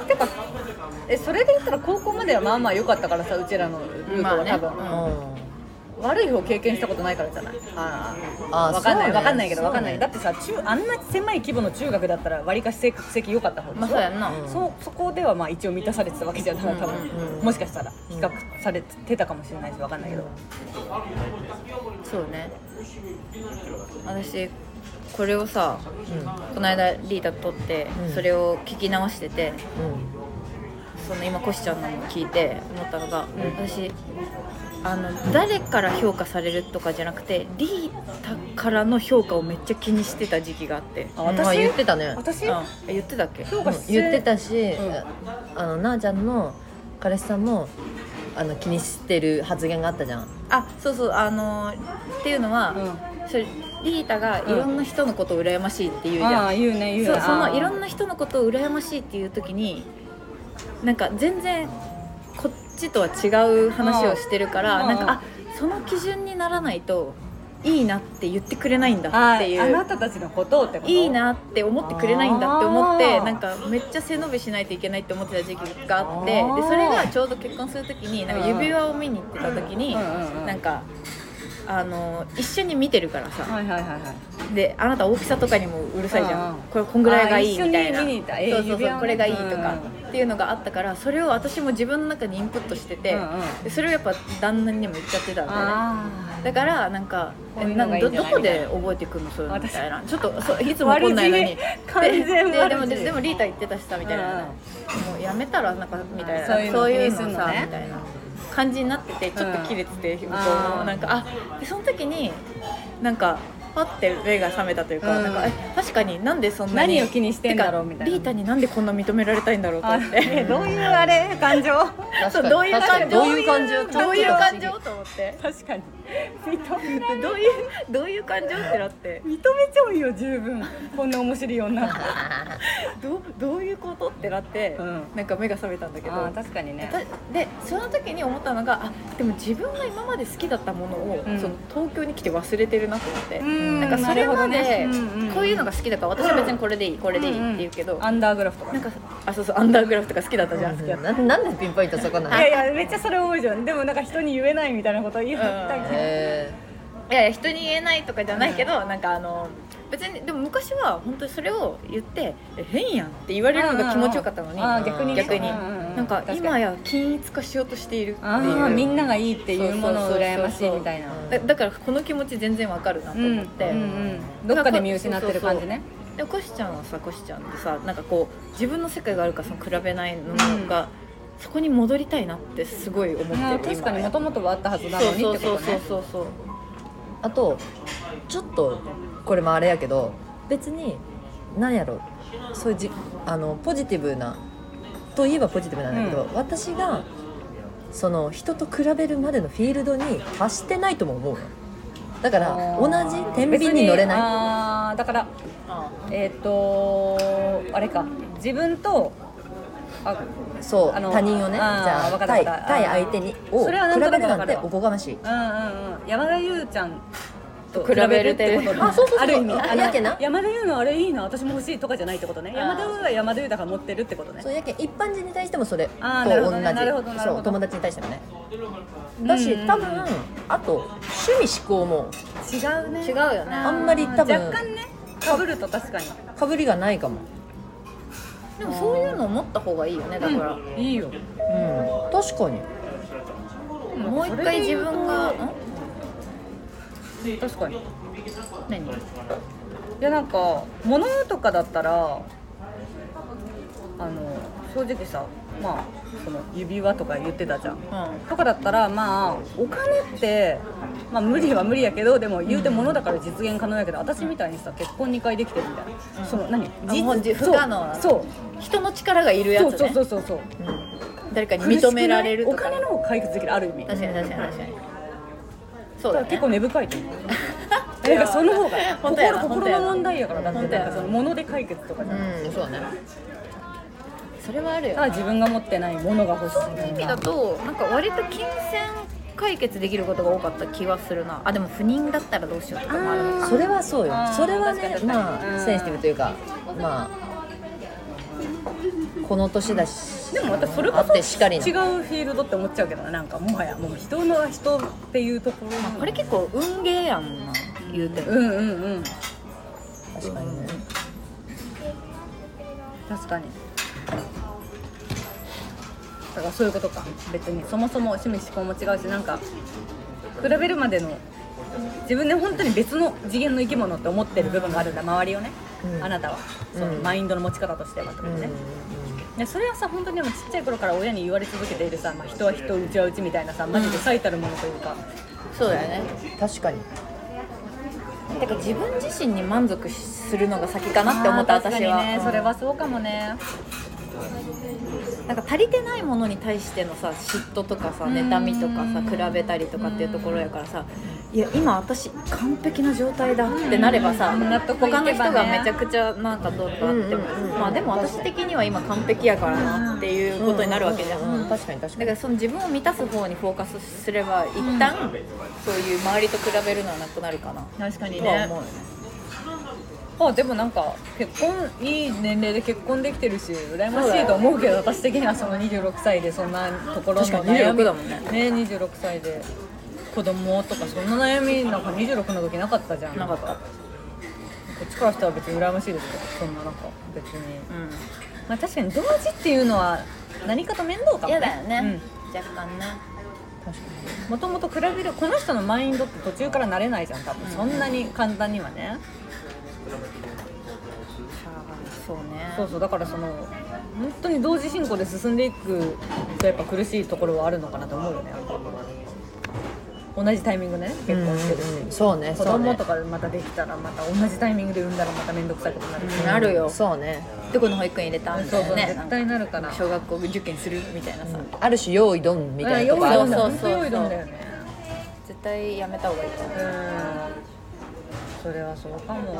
てかえそれで言ったら高校まではまあまあ良かったからさ、うちらのルートは多分、まあね、うん、悪い方経験したことないからじゃない。ああ、分かんない、ね、分かんないけど分かんない、ね、だってさ、中あんな狭い規模の中学だったらわりかし成績良かった方でしょ。 まあそうやんな、 うん、そ, そこではまあ一応満たされてたわけじゃない、多分、うんうん、もしかしたら比較されてたかもしれないし分かんないけど、 そうね。私これをさ、うん、この間リータと撮って、うん、それを聞き直してて、うん、その今コシちゃんのも聞いて思ったのが、うん、私あの誰から評価されるとかじゃなくてリータからの評価をめっちゃ気にしてた時期があって。 あ、私、まあ、言ってたね。 私、 うん、言ってたっけ。 評価して、うん、言ってたし、うん、あのなあちゃんの彼氏さんもあの気にしてる発言があったじゃん。 あ、そうそう、あのっていうのは、うん、それリータがいろんな人のことを羨ましいって言うじゃん、うん、 あ、言うね言うね。 そう、そのいろんな人のことを羨ましいっていう時になんか全然こっちとは違う話をしてるから、なんかあ、その基準にならないといいなって言ってくれないんだっていう、 あ, あなたたちのことをってこと、 いいなって思ってくれないんだって思って、なんかめっちゃ背伸びしないといけないって思ってた時期があって、でそれがちょうど結婚する時になんか指輪を見に行ってた時に、なんかあの一緒に見てるからさ、はいはいはいはい、であなた大きさとかにもうるさいじゃん、これこんぐらいがいいみたいな、そうそうそう、これがいいとかっていうのがあったから、それを私も自分の中にインプットしてて、でそれをやっぱ旦那にも言っちゃってたんだよね。だからなんかえなんか ど, どこで覚えてくるのそういうのみたいな、ちょっとそいつも怒んないのに完全で, で, で, もで, でもリータ言ってたしさみたいな、もうやめたらなんかみたいな、そういうのそういうのさ、ね、みたいな感じになってて、ちょっと切れてて、向こうもなんかあでその時になんかパッて目が覚めたというか、うん、なんかえ確かになんでそんなに何を気にしてんだろうみたいな、 リータになんでこんな認められたいんだろうと思って、 どういうあれ感情そうどういう感情どういう感情どういう感情と思って、 確かに認められどういうどういう感情ってなって認めちゃうよ十分、こんな面白い女ど, どういうことってなって、うん、なんか目が覚めたんだけど、 あ確かにね。 でその時に思ったのが、あでも自分が今まで好きだったものを、うん、その東京に来て忘れてるなと思って、うん、なんかそれまで、ね、こういうのが好きだから私は別にこれでいいこれでいいって言うけど、 うんうん、アンダーグラフとかなんかあそうそうアンダーグラフとか好きだったじゃん、好きだった。 な, なんでピンポイントそこなの。 いやいやめっちゃそれ多いじゃん。でもなんか人に言えないみたいなことを言ったけど、 いやいや人に言えないとかじゃないけど、うん、なんかあの別にでも昔は本当にそれを言ってえ変やんって言われるのが気持ちよかったのに、 あ逆に逆に、 うんうんなんか今や均一化しようとしているっていう、 あみんながいいっていうものを羨ましいみたいな。 だ, だからこの気持ち全然わかるなと思って、うんうんうん、 どっかで見失ってる感じね。 でコシちゃんはさコシちゃんでさなんかこう自分の世界があるからその比べないのが、うん、そこに戻りたいなってすごい思ってる、まあ、 確かにもともとはあったはずなのにってことね。 そうそうそうそうそう。 あとちょっとこれもあれやけど別に何やろそういうじあのポジティブなといえばポジティブなんだけど、うん、私がその人と比べるまでのフィールドに達してないとも思うの。だから同じ天秤に乗れない。 あだからえっ、ー、とあれか自分とあそうあの他人をねじゃあ対対相手にを比べるなんておこがましい。 うんうんうん、山田優ちゃんと比べるってことあそうそうそうある意味あやけな山田優のあれいいな私も欲しいとかじゃないってことね。山田優は山田優だから持ってるってことね。 そうやけ一般人に対してもそれと同じ、 ね、そう友達に対してもねだし、うんうん、多分あと趣味思考も違うね違うよね。 あんまり多分若干ねかぶると確かにかぶりがないかも。 でもそういうのを持った方がいいよね。だから、 うん、いいよ、うん、 確かにもう一回自分が確かに何？いやなんか物とかだったらあの正直さまあその指輪とか言ってたじゃん、うん、とかだったらまあお金ってまあ無理は無理やけどでも言うて物だから実現可能やけど、うん、私みたいにさ結婚にかいできてるみたいな、うん、その何実不可能なそう人の力がいるやつね。 そうそうそうそう、うん、 誰かに認められるとか、 お金の方が解決できるある意味。 確かに確かに確かにそうだ、ね、 結構根深いと思うなんかその方が心, 心の問題やからだってなんかその物で解決とかじゃない、 うん、そうねそれはあるよ、ね、 ただ自分が持ってないものが欲しい。 そういう意味だとなんか割と金銭解決できることが多かった気はするなあ。でも不妊だったらどうしようとかもあるのか。 それはそうよ。それはねまあセンシティブというかまあこの年だしでも私それこそ違うフィールドって思っちゃうけどな。なんかもはやもう人の人っていうところ、まあ、 これ結構運ゲーやもんな言うても。 うんうんうん確かにね、 うん、確かにだからそういうことか。別にそもそも趣味思考も違うしなんか比べるまでの自分で本当に別の次元の生き物って思ってる部分があるんだ周りをね、うん、あなたはそのマインドの持ち方としてはとかね、うん、でそれはさ本当にでもちっちゃい頃から親に言われ続けているさ、まあ、人は人うちはうちみたいなさマジで最たるものというか、 うん、そうだよね確かに。 だから自分自身に満足するのが先かなって思った私は。確かにね、それはそうかもね。 なんか足りてないものに対してのさ嫉妬とかさ妬みとかさ比べたりとかっていうところやからさいや今私完璧な状態だってなればさ他の人がめちゃくちゃなんかどうとかあってもまあでも私的には今完璧やからなっていうことになるわけじゃん。 うんうん、確かに確かに。 だからその自分を満たす方にフォーカスすれば一旦そういう周りと比べるのはなくなるかな。 確かにね。思うよね。あでもなんか結婚いい年齢で結婚できてるし羨ましいと思うけど私的にはそのにじゅうろくさいでそんなところの悩みだもんね。 ねにじゅうろくさいで子供とかそんな悩みなんかにじゅうろくの時なかったじゃん。 なかった。こっちからしたら別に羨ましいですけどそんななんか別に、うんまあ、確かに同時っていうのは何かと面倒かもね。 嫌だよね、うん、若干ね。 確かにもともと比べるこの人のマインドって途中から慣れないじゃん多分、うん、そんなに簡単にはね。 そうね。 そうそうだからその本当に同時進行で進んでいくとやっぱ苦しいところはあるのかなと思うよね。同じタイミングでね結婚してるし、うんうん、 そうね子供とかまたできたらまた同じタイミングで産んだらまた面倒くさいことになるし、 うん、なるよ。 そうね。 どこの保育園入れたみたいなね。そうそう絶対なるから小学校受験するみたいなさ、うん、 ある種用意ドンみたいなとこある。 そうそうそう用意ドンだよね。 絶対やめた方がいいと思う。うんそれはそうかも。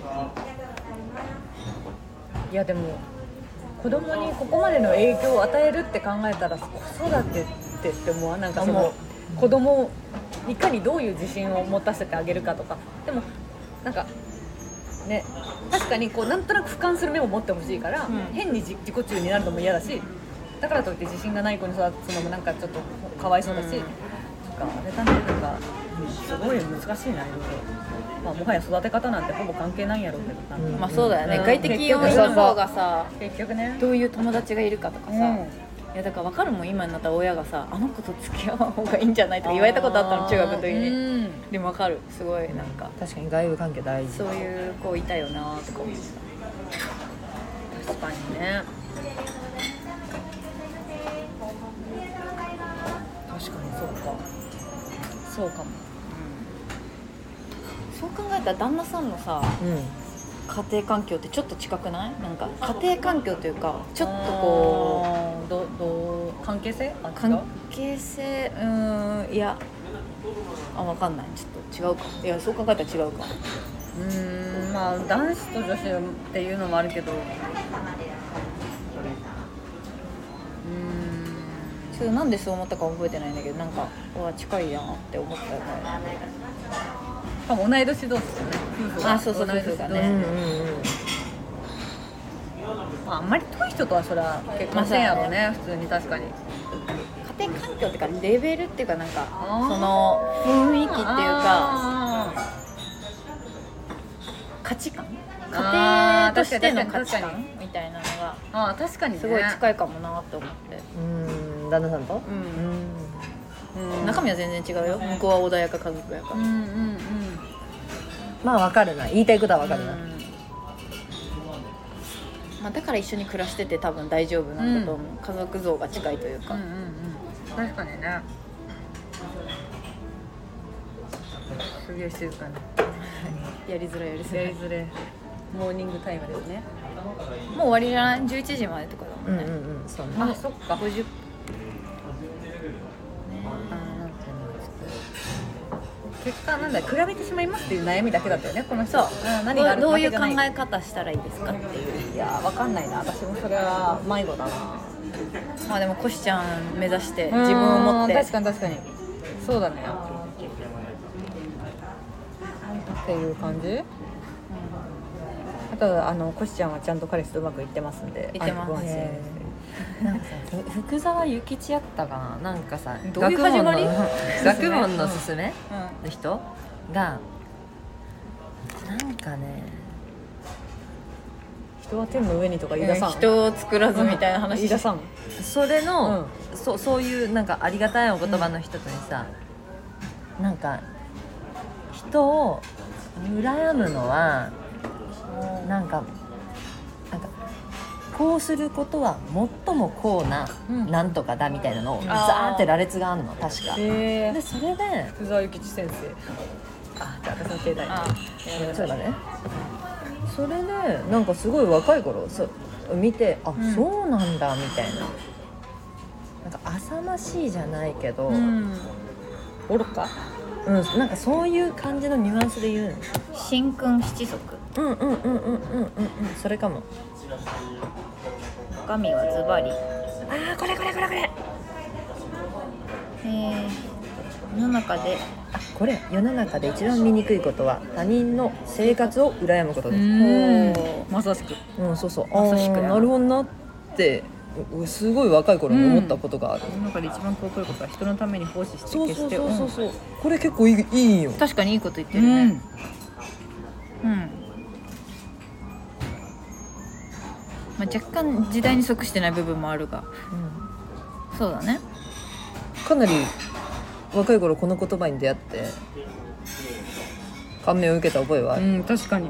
いやでも子供にここまでの影響を与えるって考えたら子育てってって思わなんかその子供いかにどういう自信を持たせてあげるかとかでもなんかね確かにこうなんとなく俯瞰する目を持ってほしいから、うん、変に自己中になるのも嫌だしだからといって自信がない子に育つのもなんかちょっとかわいそうだし、うん、とかあれだねなんかすごい難しいな、いろいろ。まあ、もはや育て方なんてほぼ関係ないんやろうけどな、 うん、まあそうだよね、 うん、 外的要因の方がさ結局ねどういう友達がいるかとかさ、うん、いやだから分かるもん、今になったら親がさあの子と付き合う方がいいんじゃないとか言われたことあったの中学の時に、うん、でも分かる、すごいなんか確かに外部関係大事、 そういう子いたよなとか思ってた。確かにね、確かにそうか、そうかも、 そう考えたら旦那さんのさ、うん、家庭環境ってちょっと近くない？なんか家庭環境というかちょっとこうどど関係性？ 関係性うーんいやあ分かんない、ちょっと違うか、いやそう考えたら違うか、 うーんまあ男子と女子っていうのもあるけど、うーんちょっとなんでそう思ったか覚えてないんだけど、なんかうわ近いやんって思ったよね。 しかも同い年同士ですよね、夫婦が。 あ、そうそう、夫婦がね、うんうんうん、 まあ、あんまり遠い人とはそれは結婚せんやろうね、普通に。確かに家庭環境っていうかレベルっていうか、なんかその雰囲気っていうか価値観、家庭としての価値観みたいなのがあ確かに、ね、 すごい近いかもなって思って。 うん、旦那さんと、 うんうん、中身は全然違うよ、向こうは穏やか家族やから、うんうんうん、 まあ分かるな、言いたいことは分かるな、うん、 まあ、だから一緒に暮らしてて多分大丈夫なんだと思う、うん、家族像が近いというか、うんうんうん、 確かにね、すげえ静かにやりづらいやりづらいやりづらいモーニングタイムですね。 もう終わりじゃない？じゅういちじまでとかだもんね、 うんうんうん、そうね、 あ、そっか、 ごじゅっ結果なんだ、比べてしまいますっていう悩みだけだったよね、この人。 そう、何があるどういう考え方したらいいですかっていう。 いやー、分かんないな、私もそれは迷子だな。 まあでもコシちゃん目指して自分を持って、 確かに確かにそうだねっていう感じ、うん、あとはあのコシちゃんはちゃんと彼氏とうまくいってますんで、 いってます。 なんかさ、福沢諭吉やったかな、なんかさ、 どういう始まり？ 学問のすすめの人がなんかね、 人は天の上にとか言い出さん、 人を作らずみたいな話、 言い出さん、 それの、うん、そ, そういうなんかありがたいお言葉の人とにさ、うん、なんか人を羨むのはなんかなんかこうすることは最もこうな、うん、なんとかだみたいなのをザーって羅列があるの確か。でそれで福沢諭吉先生、あ、じゃあ私の携帯、あ、 そうだね。それでなんかすごい若い頃そ見て、あ、うん、そうなんだみたいな、なんか浅ましいじゃないけど、うん、 愚か、 うん、なんかそういう感じのニュアンスで言うの。 神君七足、 うんうんうんうんうんうんうん、それかも。 中身はズバリ、 あー、これこれこれこれ、 えー、世の中で、 あ、これ世の中で一番醜いことは他人の生活を羨むことです。 まさしく、 うん、そうそう、まさしくやな、なるほどなってすごい若い頃に思ったことがある。 世の中で一番尊いことは人のために奉仕して決して、 そうそうそうそう、うん、これ結構いい、いいよ。 確かにいいこと言ってるね。うん、うん、まあ、若干時代に即してない部分もあるが、うん、そうだね。 かなり若い頃この言葉に出会って感銘を受けた覚えはある。 うん、確かに。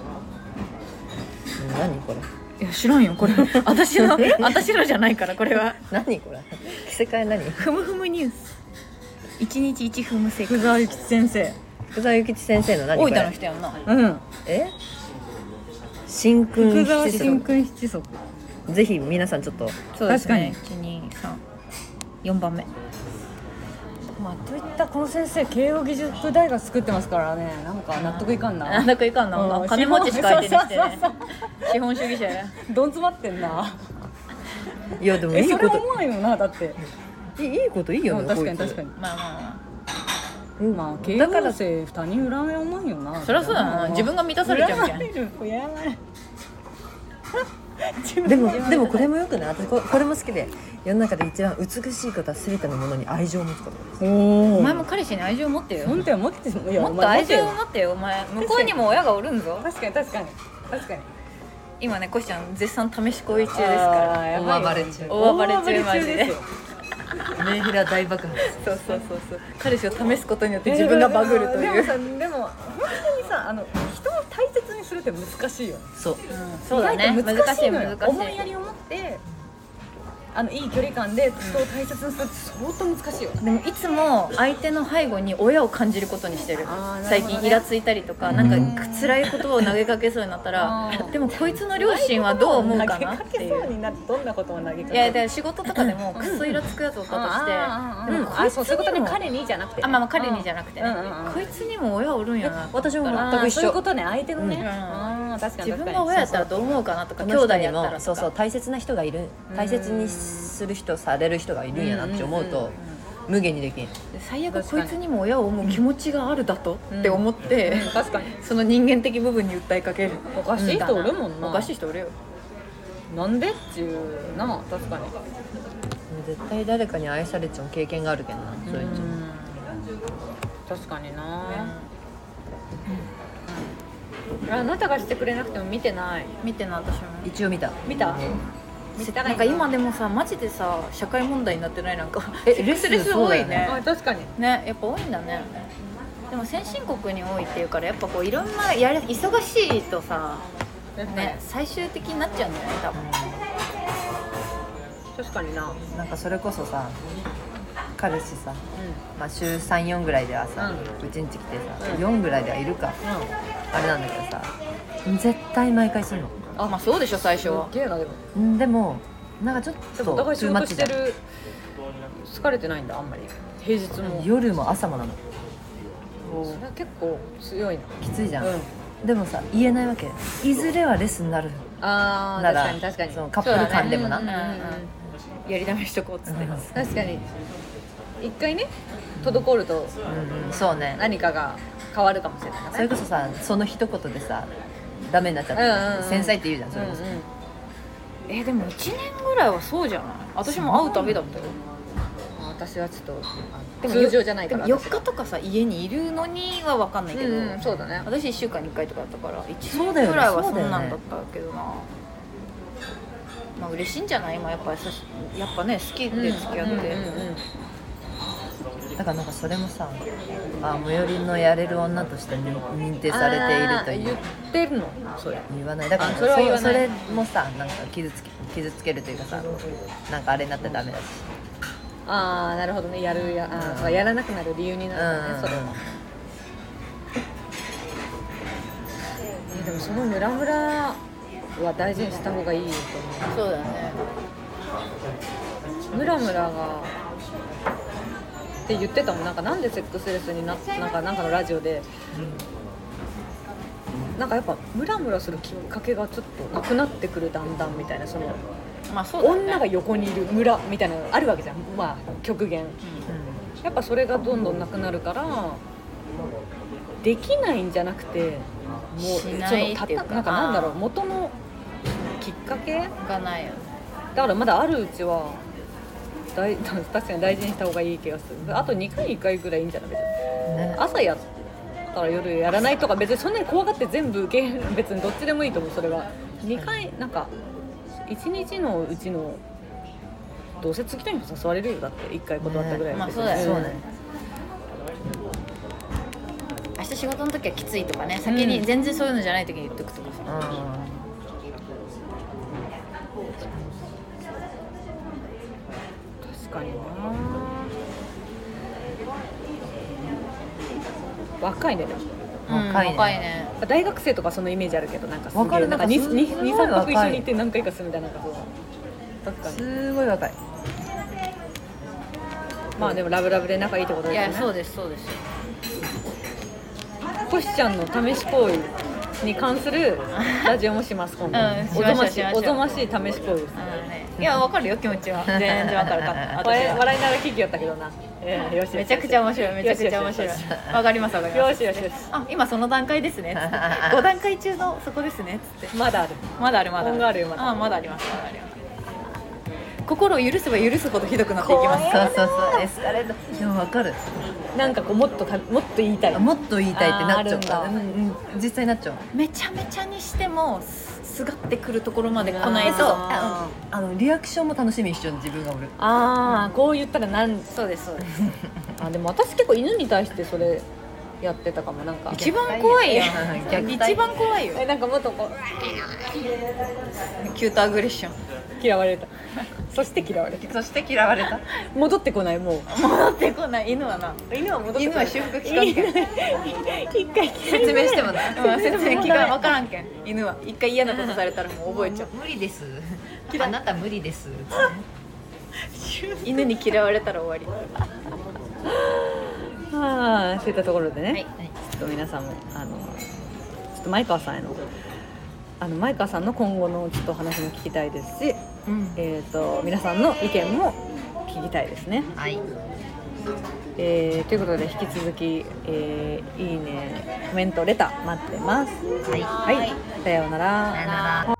何これ。 いや知らんよこれ私の私のじゃないからこれは。 何これ。着せ替え何。 ふむふむニュース。一日一ふむ生活。 福沢諭吉先生。 福沢諭吉先生の何これ。 大分の人やんな。 うん。 え？神君七足。 神君七足。 ぜひ皆さんちょっと。 そうですね。一二三四番目。 まあ、といったこの先生慶應義塾大学作ってますからね、なんか納得いかんな。 納得いかんな、うん、金持ちしか相手にしてね。資本主義者や。 どん詰まってんな。 いやでもいいこと。 え、それ思わんよな、だって。 いい、いいこといいよね、うん、 確かに確かに。まあまあまあ、まあ、慶應生他人恨め思わんよな。 そりゃそうだな、自分が満たされちゃうみたいな。 でもでもこれもよくない？私ここれも好きで、世の中で一番美しいことは全てのものに愛情を持つことです。 お前も彼氏に愛情を持ってよ。 本当は持ってる。 もっと愛情を持ってよお前。向こうにも親がおるんぞ。 確かに確かに確かに。 今ねコシちゃん絶賛試し恋中ですから大暴れ中大暴れ中マジでメンヘラ大爆発。 そうそうそうそう。彼氏を試すことによって自分がバグるという。 でもさ、でも本当にさ、あの人を大切にするって難しいよね。 そう、 そうだね。難しい難しい。 思いやりを持ってあのいい距離感で人を大切にするって相当難しいよね。 でもいつも相手の背後に親を感じることにしてる。最近イラついたりとか、なんか辛いことを投げかけそうになったら、でもこいつの両親はどう思うかなっていう。 投げかけそうになってどんなことを投げかける？ いやだから仕事とかでもクソイラつくやつをったとして、 でもこいつにも、そういうことね、彼にじゃなくて、 あまあまあ彼にじゃなくてね、こいつにも親おるんやな。 私も全く一緒。 そういうことね、相手のね。確かに自分が親やったらどう思うかなとか、兄弟やったらとか、 そうそう大切な人がいる、大切にする人される人がいるんやなって思うと無限にできん。 最悪こいつにも親を思う気持ちがあるだとって思って、 確かにその人間的部分に訴えかける。 おかしい人おるもんな。 おかしい人おるよ。 なんでっていうな。確かに絶対誰かに愛されちゃう経験があるけどな、そういう人。 確かにな。あなたがしてくれなくても見てない。 見てない私も。 一応見た。 見た？ なんか今でもさマジでさ社会問題になってない？なんかえレスレス多いね。 あ確かにね、やっぱ多いんだね。でも先進国に多いっていうからやっぱこういろんなやれ忙しいとさね最終的になっちゃうんだよね多分。 確かにな。 なんかそれこそさ彼氏さ、まあ週さん、よんぐらいではさうちんち来てさよんぐらいではいるかあれなんだけどさ絶対毎回するの。 あまあそうでしょ最初は。 ゲーなでも。 んでもなんかちょっとお互い仕事してトゥーマッチる。疲れてないんだあんまり。平日も夜も朝もなの。 それは結構強いな。 きついじゃん、 うんでもさ言えないわけ。いずれはレスになるあーなら確かに確かにそのカップル間でもな、 そうだねうんやりだめしとこうっつって。 確かに一回ね滞るとうんうん、そうね。 何かが変わるかもしれないね。 それこそさその一言でさダメになっちゃって、 うんうんうん繊細って言うじゃんそれこそ、 うんうんえでもいちねんぐらいはそうじゃない？私も会うたびだったよ。 私はちょっとでも通常じゃないから。 でもよっかとかさ家にいるのには分かんないけど、 うんうんそうだね。 私いっしゅうかんにいっかいとかだったからいちねそうんだよねぐらいはそんなんだったけどな。まあ嬉しいんじゃない？今やっぱ優しやっぱね好きで付き合って、 うんうんうんうんだからなんかそれもさあ最寄りのやれる女として認認定されているという言ってるのそれ。 言わない。だからあそれは言わないそれもさなんか傷つけ傷つけるというかさなんかあれになったらダメだし、 ああなるほどね。やるやあーそうやらなくなる理由になるのね、それは。えでもそのムラムラは大事にした方がいいと思そうだね。 う。ムラムラがって言ってたもん。なんかなんでセックスレスになっなんかなんかのラジオで、なんかやっぱムラムラするきっかけがちょっとなくなってくるだんだんみたいな。そのまあそうだね。 女が横にいる村みたいなのがあるわけじゃん。まあ極限。やっぱそれがどんどんなくなるからできないんじゃなくてもうしないっていうかそのたなんかなんだろう元のきっかけがないよね。 だからまだあるうちは大確かに大事にした方がいい気がする。あとにかいいっかいぐらいいいんじゃない？別にね、 朝やったら夜やらないとか別にそんなに怖がって全部受け別にどっちでもいいと思う。それはにかいなんかいちにちのうちのどうせ次の日も誘われるよ。だっていっかい断ったぐらい、 ねまあそうだよねそうね。 明日仕事の時はきついとかね、先に全然そういうのじゃない時に言っとくとかさ、 確かにな。若いねでもうん若いね若いね。 大学生とかそのイメージあるけどなんかすげえわかるなんかなんかすごいに、さんぱく一緒にいて何回か住むみたいななんかそう確かに。 すごい若い。 まあでもラブラブで仲いいってこといですよね。 やそうですそうです。 コシちゃんの試し行為に関するラジオもします今度、 うんしおぞましいましょうしましょうおぞましい試し行為です。 あのね、いやわかるよ気持ちは全然わかるかった。 笑い笑いながら聞きよったけどな。 えーよしよしめちゃくちゃ面白いめちゃくちゃ面白いよしよしよわかりますわかりますよしよしよしあ今その段階ですねつってご段階中のそこですねつってまだあるまだあるまだ本があるよまだあまだありますまだあります心を許せば許すほどひどくなっていきますそうそうそうエスカレートでもわかるなんかこうもっとかもっと言いたいもっと言いたいってなっちゃうあーあるんだうんうん実際なっちゃうめちゃめちゃにしてもすすがってくるところまで来ないとそうああのリアクションも楽しみにしちゃう自分がおるあーこう言ったらなんそうですそうですあでも私結構犬に対してそれやってたかもなんか一番怖いやん虐待一番怖いよえなんかもっとこキュートアグレッションう嫌われたそして嫌われたそして嫌われた戻ってこないもう戻ってこない犬はな犬は戻って犬こなはい修復期間けん一回説明してもなうん説明期間分からんけん犬は一回嫌なことされたらもう覚えちゃう無理ですあなた無理です犬に嫌われたら終わりはあそういったところでね、 はいちょっと皆さんもあのちょっと前川さんへのあの前川さんの今後のちょっとお話も聞きたいですし、 うんえー、と皆さんの意見も聞きたいですね、 はいえーということで引き続き、えーいいねコメントレター待ってますはいはい、さようならさよならは